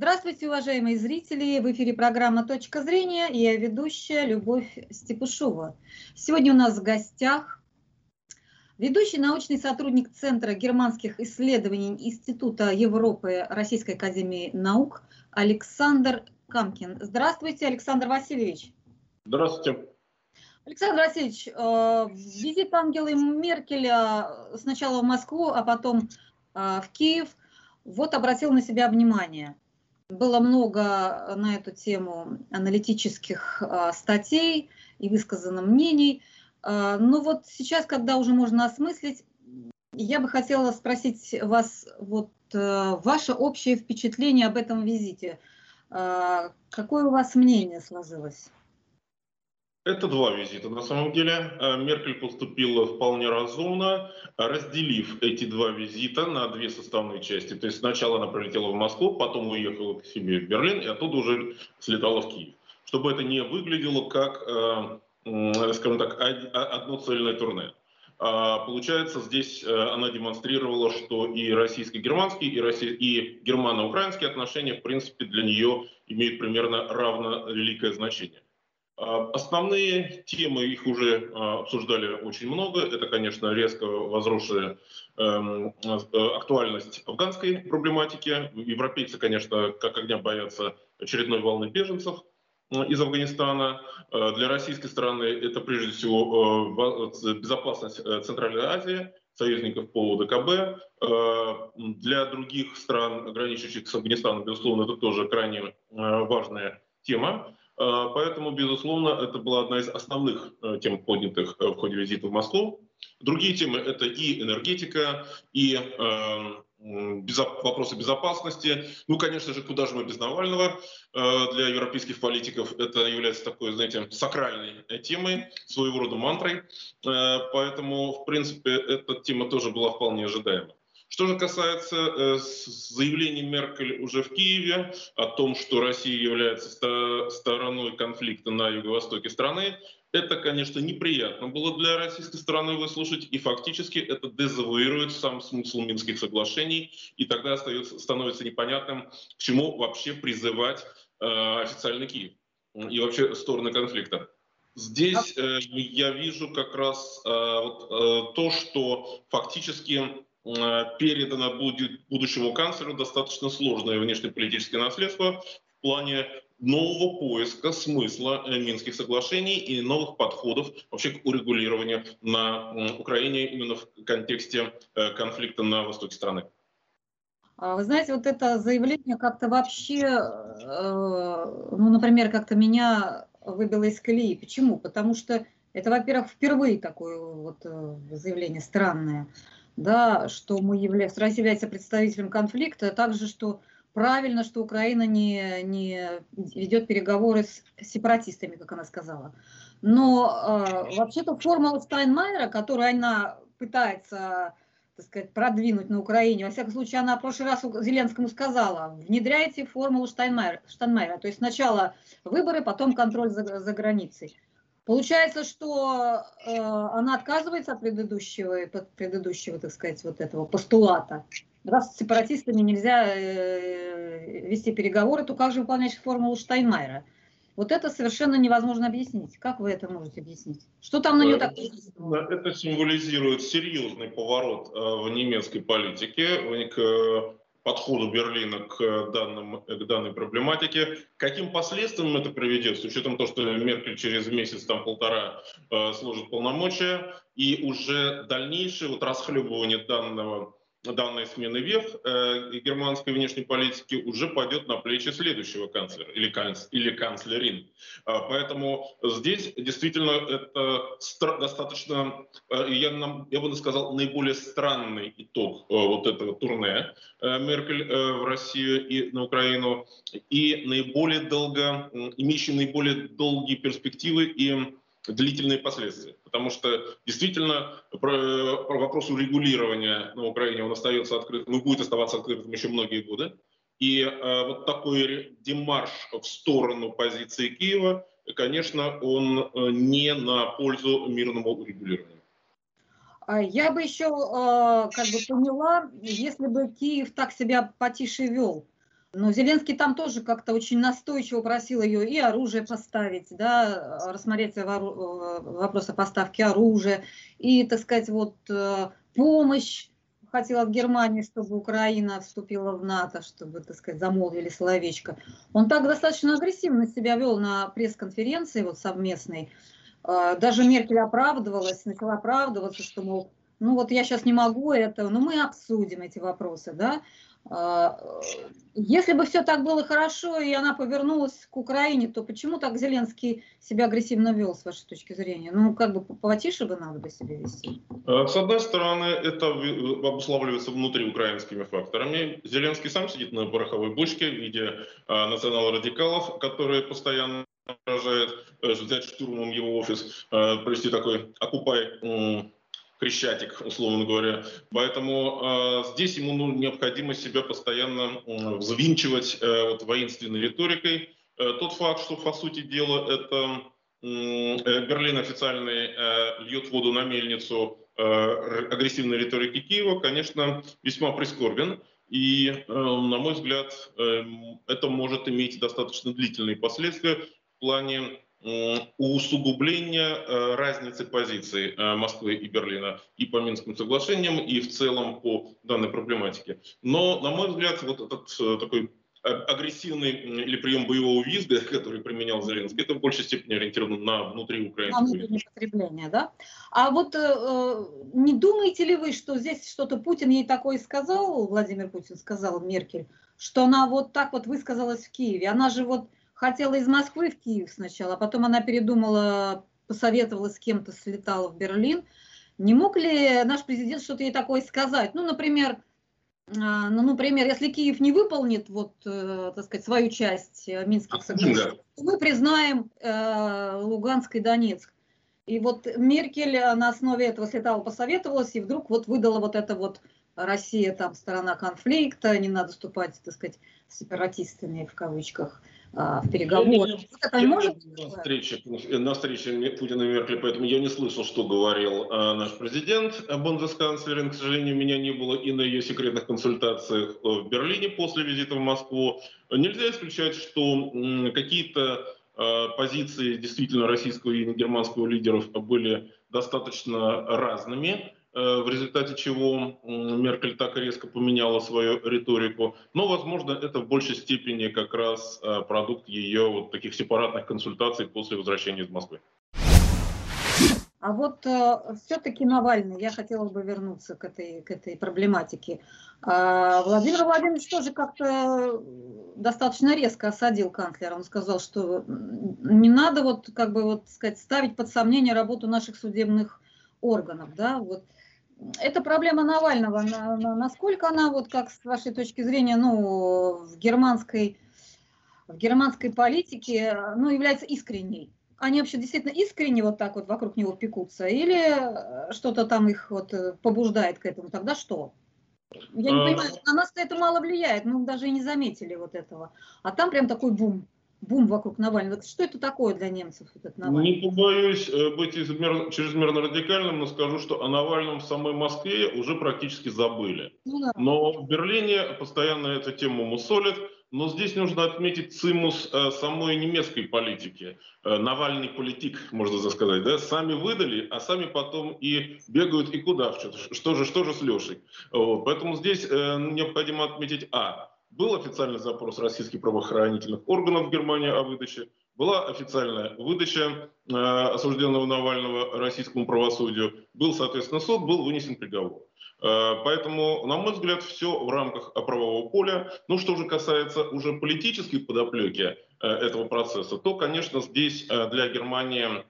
Здравствуйте, уважаемые зрители! В эфире программа «Точка зрения» и я ведущая Любовь Степушова. Сегодня у нас в гостях ведущий научный сотрудник Центра германских исследований Института Европы Российской академии наук Александр Камкин. Здравствуйте, Александр Васильевич! Здравствуйте! Александр Васильевич, визит Ангелы Меркель сначала в Москву, а потом в Киев обратил на себя внимание. Было много на эту тему аналитических статей и высказано мнений. Но вот сейчас, когда уже можно осмыслить, я бы хотела спросить вас ваше общее впечатление об этом визите. Какое у вас мнение сложилось? Это два визита на самом деле. Меркель поступила вполне разумно, разделив эти два визита на две составные части. То есть сначала она прилетела в Москву, потом уехала к себе в Берлин и оттуда уже слетала в Киев. Чтобы это не выглядело как, скажем так, одно цельное турне. Получается, здесь она демонстрировала, что и российско-германские, и германо-украинские отношения, в принципе, для нее имеют примерно равно великое значение. Основные темы, их уже обсуждали очень много. Это, конечно, резко возросшая актуальность афганской проблематики. Европейцы, конечно, как огня боятся очередной волны беженцев из Афганистана. Для российской стороны это прежде всего безопасность Центральной Азии, союзников по ОДКБ. Для других стран, граничащих с Афганистаном, безусловно, это тоже крайне важная тема. Поэтому, безусловно, это была одна из основных тем, поднятых в ходе визита в Москву. Другие темы – это и энергетика, и вопросы безопасности. Ну, конечно же, куда же мы без Навального? Для европейских политиков это является такой, знаете, сакральной темой, своего рода мантрой. Поэтому, в принципе, эта тема тоже была вполне ожидаема. Что же касается заявлений Меркель уже в Киеве о том, что Россия является стороной конфликта на юго-востоке страны, это, конечно, неприятно было для российской стороны выслушать, и фактически это дезавуирует сам смысл Минских соглашений, и тогда становится непонятным, к чему вообще призывать официальный Киев и вообще стороны конфликта. Здесь я вижу как раз то, что фактически передано будет будущему канцлеру достаточно сложное внешнеполитическое наследство в плане нового поиска смысла Минских соглашений и новых подходов вообще к урегулированию на Украине именно в контексте конфликта на востоке страны. Вы знаете, вот это заявление как-то вообще, например, как-то меня выбило из колеи. Почему? Потому что это, во-первых, впервые такое заявление странное. Да, что Россия является представителем конфликта, а также, что правильно, что Украина не ведет переговоры с сепаратистами, как она сказала. Но вообще-то формула Штайнмайера, которую она пытается, так сказать, продвинуть на Украине, во всяком случае, она в прошлый раз Зеленскому сказала: внедряйте формулу Штайнмайера, то есть сначала выборы, потом контроль за границей. Получается, что она отказывается от предыдущего, так сказать, этого постулата. Раз с сепаратистами нельзя вести переговоры, то как же выполнять формулу Штайнмайера? Вот это совершенно невозможно объяснить. Как вы это можете объяснить? Что там на нее так? Это символизирует серьезный поворот в немецкой политике, к подходу Берлина к данной проблематике. Каким последствиям это приведет, с учетом того, что Меркель через месяц, полтора сложит полномочия, и уже дальнейшее расхлебывание данной смены вех германской внешней политики уже пойдет на плечи следующего канцлера или канцлерин. Поэтому здесь действительно это достаточно, я бы сказал, наиболее странный итог этого турне Меркель в Россию и на Украину, и имеющий наиболее долгие перспективы и длительные последствия. Потому что действительно вопрос урегулирования на Украине он остается открытым, будет оставаться открытым еще многие годы. И вот такой демарш в сторону позиции Киева, конечно, он не на пользу мирному урегулированию. Я бы еще поняла, если бы Киев так себя потише вел. Но Зеленский там тоже как-то очень настойчиво просил ее и оружие поставить, да, рассмотреть вопрос о поставке оружия, и, так сказать, вот помощь хотел от Германии, чтобы Украина вступила в НАТО, чтобы, так сказать, замолвили словечко. Он так достаточно агрессивно себя вел на пресс-конференции вот совместной. Даже Меркель оправдывалась, начала оправдываться, что, мол, ну вот я сейчас не могу этого, но мы обсудим эти вопросы, да. Если бы все так было хорошо, и она повернулась к Украине, то почему так Зеленский себя агрессивно вел, с вашей точки зрения? Ну, как бы потише бы надо бы себя вести. С одной стороны, это обуславливается внутриукраинскими факторами. Зеленский сам сидит на пороховой бочке в виде национал-радикалов, которые постоянно угрожают взять штурмом его офис, провести такой «окупай» Крещатик, условно говоря. Поэтому здесь ему необходимо себя постоянно взвинчивать воинственной риторикой. Тот факт, что, по сути дела, это Берлин официальный льет воду на мельницу агрессивной риторики Киева, конечно, весьма прискорбен. И, на мой взгляд, это может иметь достаточно длительные последствия в плане усугубления разницы позиций Москвы и Берлина и по Минским соглашениям, и в целом по данной проблематике. Но, на мой взгляд, вот этот такой агрессивный или прием боевого визга, который применял Зеленский, это в большей степени ориентировано на внутриукраинскую внутреннее потребление, да? А вот не думаете ли вы, что здесь что-то Путин ей такое сказал, Владимир Путин сказал Меркель, что она вот так вот высказалась в Киеве? Она же вот хотела из Москвы в Киев сначала, а потом она передумала, посоветовалась с кем-то, слетала в Берлин. Не мог ли наш президент что-то ей такое сказать? Ну, например, если Киев не выполнит вот, так сказать, свою часть Минских соглашений, то мы признаем Луганск и Донецк. И вот Меркель на основе этого слетала, посоветовалась, и вдруг вот выдала вот это вот Россия там сторона конфликта, не надо вступать, так сказать, с сепаратистами в кавычках в переговоры. На встрече Путина и Меркель, поэтому я не слышал, что говорил наш президент, бундесканцлерин. К сожалению, меня не было и на ее секретных консультациях в Берлине после визита в Москву. Нельзя исключать, что какие-то позиции действительно российского и германского лидеров были достаточно разными, в результате чего Меркель так резко поменяла свою риторику. Но, возможно, это в большей степени как раз продукт ее вот таких сепаратных консультаций после возвращения из Москвы. А вот все-таки Навальный, я хотела бы вернуться к этой проблематике. Владимир Владимирович тоже как-то достаточно резко осадил канцлера. Он сказал, что не надо вот, как бы, вот, сказать, ставить под сомнение работу наших судебных органов. Да? Вот. Это проблема Навального. Насколько она, вот, как с вашей точки зрения, ну, в германской политике, ну, является искренней? Они вообще действительно искренне вот так вот вокруг него пекутся, или что-то там их вот побуждает к этому? Тогда что? Я не понимаю, на нас это мало влияет, мы даже и не заметили вот этого. А там прям такой бум вокруг Навального. Что это такое для немцев, этот Навальный? Не побоюсь быть чрезмерно радикальным, но скажу, что о Навальном в самой Москве уже практически забыли. Ну, да. Но в Берлине постоянно эту тему мусолят. Но здесь нужно отметить цимус самой немецкой политики. Навальный политик, можно так сказать, да? Сами выдали, а сами потом и бегают и куда? Что же с Лешей? Вот. Поэтому здесь необходимо отметить был официальный запрос российских правоохранительных органов в Германии о выдаче, была официальная выдача осужденного Навального российскому правосудию, был, соответственно, суд, был вынесен приговор. Поэтому, на мой взгляд, все в рамках правового поля. Ну, что же касается уже политической подоплеки этого процесса, то, конечно, здесь для Германии,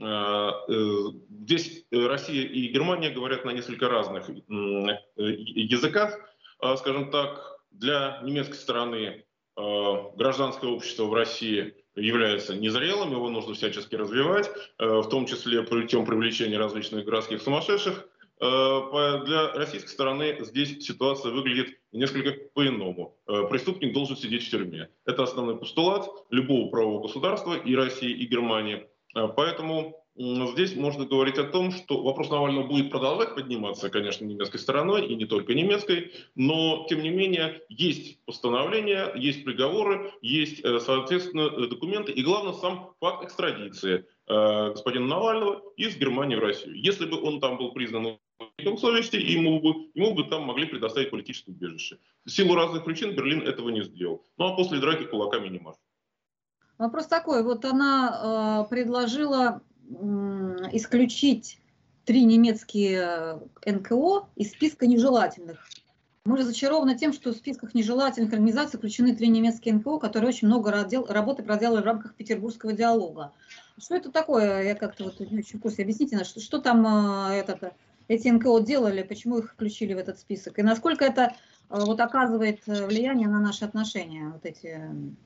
здесь Россия и Германия говорят на несколько разных языках. Скажем так, для немецкой стороны гражданское общество в России является незрелым, его нужно всячески развивать, в том числе путем привлечения различных городских сумасшедших. Для российской стороны здесь ситуация выглядит несколько по-иному. Преступник должен сидеть в тюрьме. Это основной постулат любого правового государства, и России, и Германии. Поэтому здесь можно говорить о том, что вопрос Навального будет продолжать подниматься, конечно, немецкой стороной, и не только немецкой, но, тем не менее, есть постановления, есть приговоры, есть, соответственно, документы, и, главное, сам факт экстрадиции господина Навального из Германии в Россию. Если бы он там был признан виновником совести, ему бы там могли предоставить политическое убежище. В силу разных причин Берлин этого не сделал. Ну а после драки кулаками не машет. Вопрос такой, вот она предложила исключить 3 немецкие НКО из списка нежелательных. Мы разочарованы тем, что в списках нежелательных организаций включены 3 немецкие НКО, которые очень много работы проделали в рамках петербургского диалога. Что это такое? Я как-то вот не очень в курсе. Объясните, что там эти НКО делали, почему их включили в этот список? И насколько это вот оказывает влияние на наши отношения? Вот эти...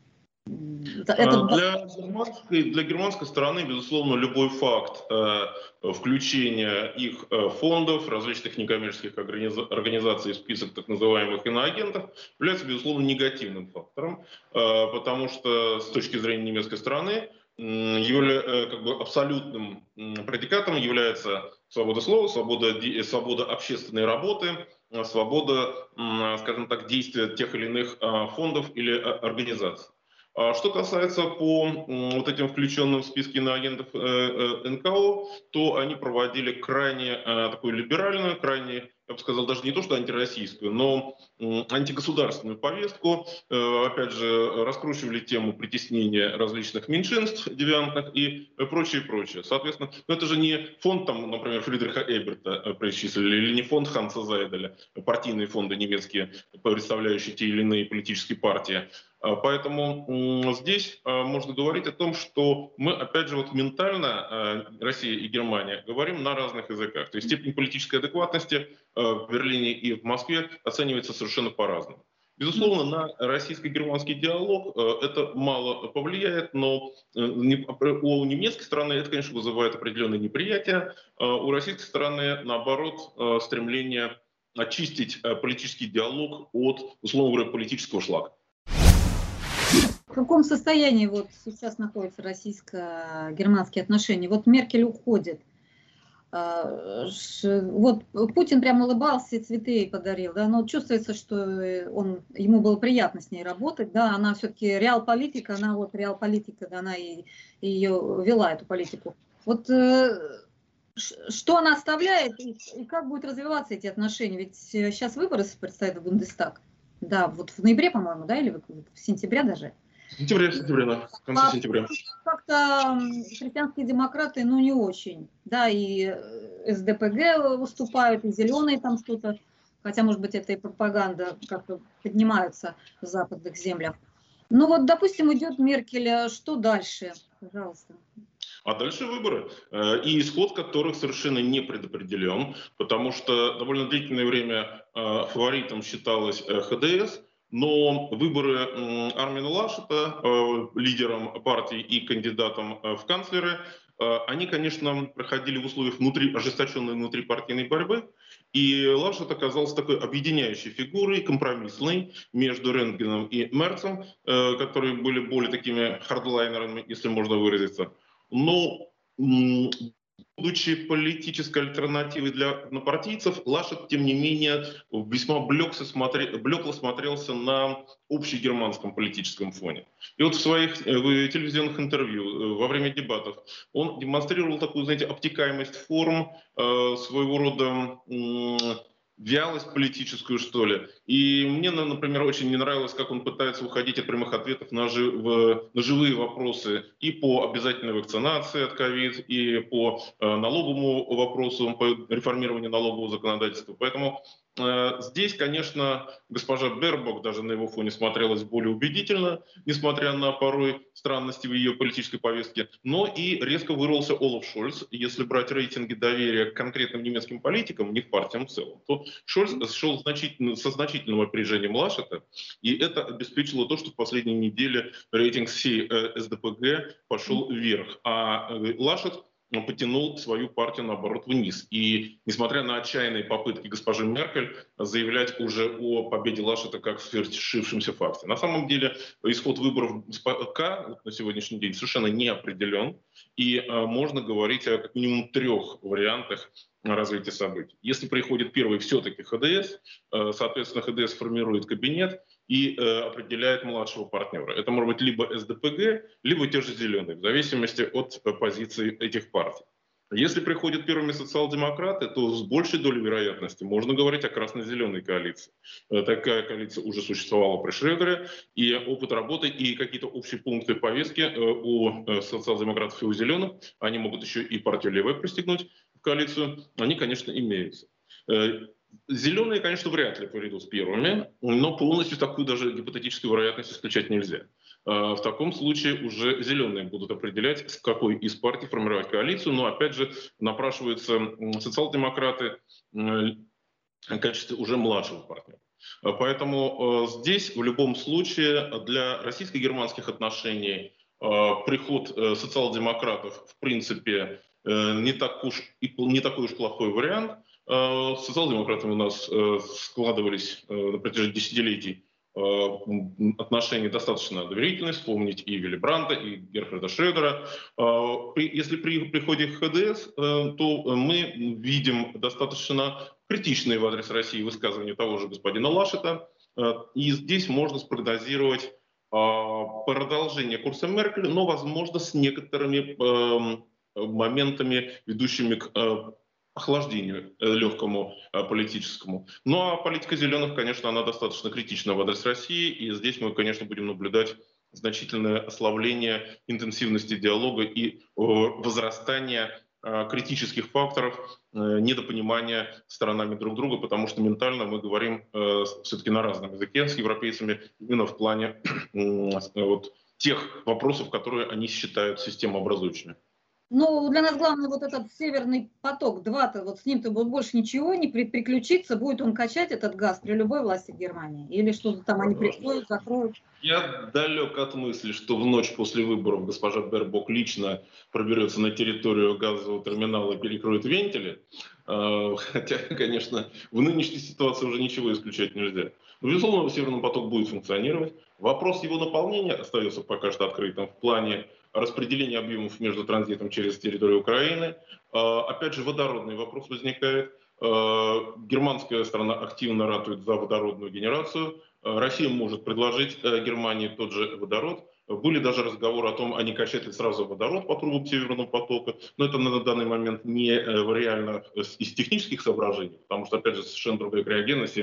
Для германской стороны, безусловно, любой факт включения их фондов, различных некоммерческих организаций в список так называемых иноагентов является, безусловно, негативным фактором, потому что с точки зрения немецкой стороны как бы абсолютным предикатом является свобода слова, свобода общественной работы, свобода, скажем так, действия тех или иных фондов или организаций. Что касается по вот этим включенным в списки иноагентов НКО, то они проводили крайне такую либеральную, крайне, я бы сказал, даже не то что антироссийскую, но антигосударственную повестку. Опять же, раскручивали тему притеснения различных меньшинств девиантных и прочее, прочее. Соответственно, это же не фонд, там, например, Фридриха Эберта причислили, или не фонд Ханса Зайделя, партийные фонды немецкие, представляющие те или иные политические партии. Поэтому здесь можно говорить о том, что мы, опять же, вот ментально, Россия и Германия, говорим на разных языках. То есть степень политической адекватности в Берлине и в Москве оценивается совершенно по-разному. Безусловно, на российско-германский диалог это мало повлияет, но у немецкой стороны это, конечно, вызывает определенное неприятие. У российской стороны, наоборот, стремление очистить политический диалог от, условно говоря, политического шлака. В каком состоянии вот сейчас находятся российско-германские отношения? Вот Меркель уходит. Вот Путин прям улыбался и цветы ей подарил, да, но чувствуется, что ему было приятно с ней работать, да, она все-таки реал-политика, да, она и ее вела, эту политику. Вот что она оставляет и как будут развиваться эти отношения? Ведь сейчас выборы предстоят в Бундестаг, да, вот в ноябре, по-моему, да, или в сентябре даже. В сентябре, да, в конце сентября. Как-то христианские демократы, ну, не очень. Да, и СДПГ выступают, и зеленые там что-то, хотя, может быть, это и пропаганда, как-то поднимаются в западных землях. Ну вот, допустим, идет Меркель, что дальше? Пожалуйста. А дальше выборы, и исход которых совершенно не предопределен, потому что довольно длительное время фаворитом считалось ХДС, но выборы Армина Лашета, лидером партии и кандидатом в канцлеры, они, конечно, проходили в условиях ожесточенной внутрипартийной борьбы, и Лашет оказался такой объединяющей фигурой, компромиссной между Рентгеном и Мерцем, которые были более такими хардлайнерами, если можно выразиться. Но, будучи политической альтернативой для однопартийцев, Лашет, тем не менее, весьма блекло смотрелся на общегерманском политическом фоне. И вот в своих телевизионных интервью, во время дебатов, он демонстрировал такую, знаете, обтекаемость форм, своего рода вялость политическую, что ли. И мне, например, очень не нравилось, как он пытается уходить от прямых ответов на живые вопросы и по обязательной вакцинации от ковид, и по налоговому вопросу, по реформированию налогового законодательства. Поэтому здесь, конечно, госпожа Бербок даже на его фоне смотрелась более убедительно, несмотря на порой странности в ее политической повестке. Но и резко вырвался Олаф Шольц. Если брать рейтинги доверия к конкретным немецким политикам, не к партиям в целом, то Шольц шел со значительным опережением Лашета, и это обеспечило то, что в последние недели рейтинг всей СДПГ пошел вверх. А Лашет потянул свою партию, наоборот, вниз. И несмотря на отчаянные попытки госпожи Меркель заявлять уже о победе Лашета как свершившемся факте. На самом деле исход выборов в СПК на сегодняшний день совершенно не определен. И можно говорить о как минимум 3 вариантах развития событий. Если приходит первый все-таки ХДС, соответственно, ХДС формирует кабинет и определяет младшего партнера. Это может быть либо СДПГ, либо те же зеленые, в зависимости от позиции этих партий. Если приходят первыми социал-демократы, то с большей долей вероятности можно говорить о красно-зеленой коалиции. Такая коалиция уже существовала при Шредере, и опыт работы и какие-то общие пункты в повестке у социал-демократов и у зеленых, они могут еще и партию Левой пристегнуть в коалицию, они, конечно, имеются. Зеленые, конечно, вряд ли придут первыми, но полностью такую даже гипотетическую вероятность исключать нельзя. В таком случае уже зеленые будут определять, с какой из партий формировать коалицию, но опять же напрашиваются социал-демократы в качестве уже младшего партнера. Поэтому здесь в любом случае для российско-германских отношений приход социал-демократов в принципе не такой уж плохой вариант. С социал-демократами у нас складывались на протяжении десятилетий отношения достаточно доверительные, вспомнить и Вилли Брандта, и Герхарда Шредера. Если при приходе к ХДС, то мы видим достаточно критичные в адрес России высказывания того же господина Лашета. И здесь можно спрогнозировать продолжение курса Меркель, но, возможно, с некоторыми моментами, ведущими к охлаждению легкому политическому. Ну а политика зеленых, конечно, она достаточно критична в адрес России, и здесь мы, конечно, будем наблюдать значительное ослабление интенсивности диалога и возрастание критических факторов, недопонимания сторонами друг друга, потому что ментально мы говорим все-таки на разном языке с европейцами именно в плане вот тех вопросов, которые они считают системообразующими. Ну, для нас главное вот этот Северный поток-2, вот с ним-то больше ничего не приключится, будет он качать этот газ при любой власти в Германии? Или что-то там они прикроют, закроют? Я далек от мысли, что в ночь после выборов госпожа Бербок лично проберется на территорию газового терминала и перекроет вентили. Хотя, конечно, в нынешней ситуации уже ничего исключать нельзя. Но, безусловно, Северный поток будет функционировать. Вопрос его наполнения остается пока что открытым в плане распределения объемов между транзитом через территорию Украины. Опять же, водородный вопрос возникает. Германская сторона активно ратует за водородную генерацию. Россия может предложить Германии тот же водород. Были даже разговоры о том, а не качать ли сразу водород по трубам Северного потока. Но это на данный момент не реально из технических соображений, потому что, опять же, совершенно другая криогенность.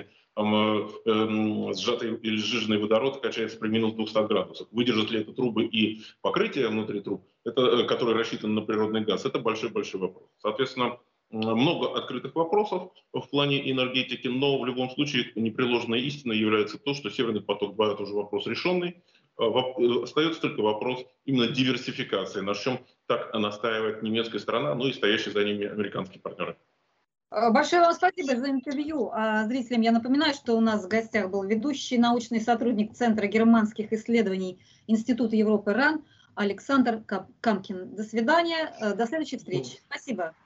Сжатый или сжиженный водород качается при минус 200 градусах. Выдержат ли это трубы и покрытие внутри труб, которые рассчитаны на природный газ, это большой-большой вопрос. Соответственно, много открытых вопросов в плане энергетики, но в любом случае непреложной истиной является то, что Северный поток-2 это уже вопрос решенный. Остается только вопрос именно диверсификации, на чем так настаивает немецкая сторона, ну и стоящие за ними американские партнеры. Большое вам спасибо за интервью. Зрителям я напоминаю, что у нас в гостях был ведущий научный сотрудник Центра германских исследований Института Европы РАН Александр Камкин. До свидания, до следующих встреч. Спасибо.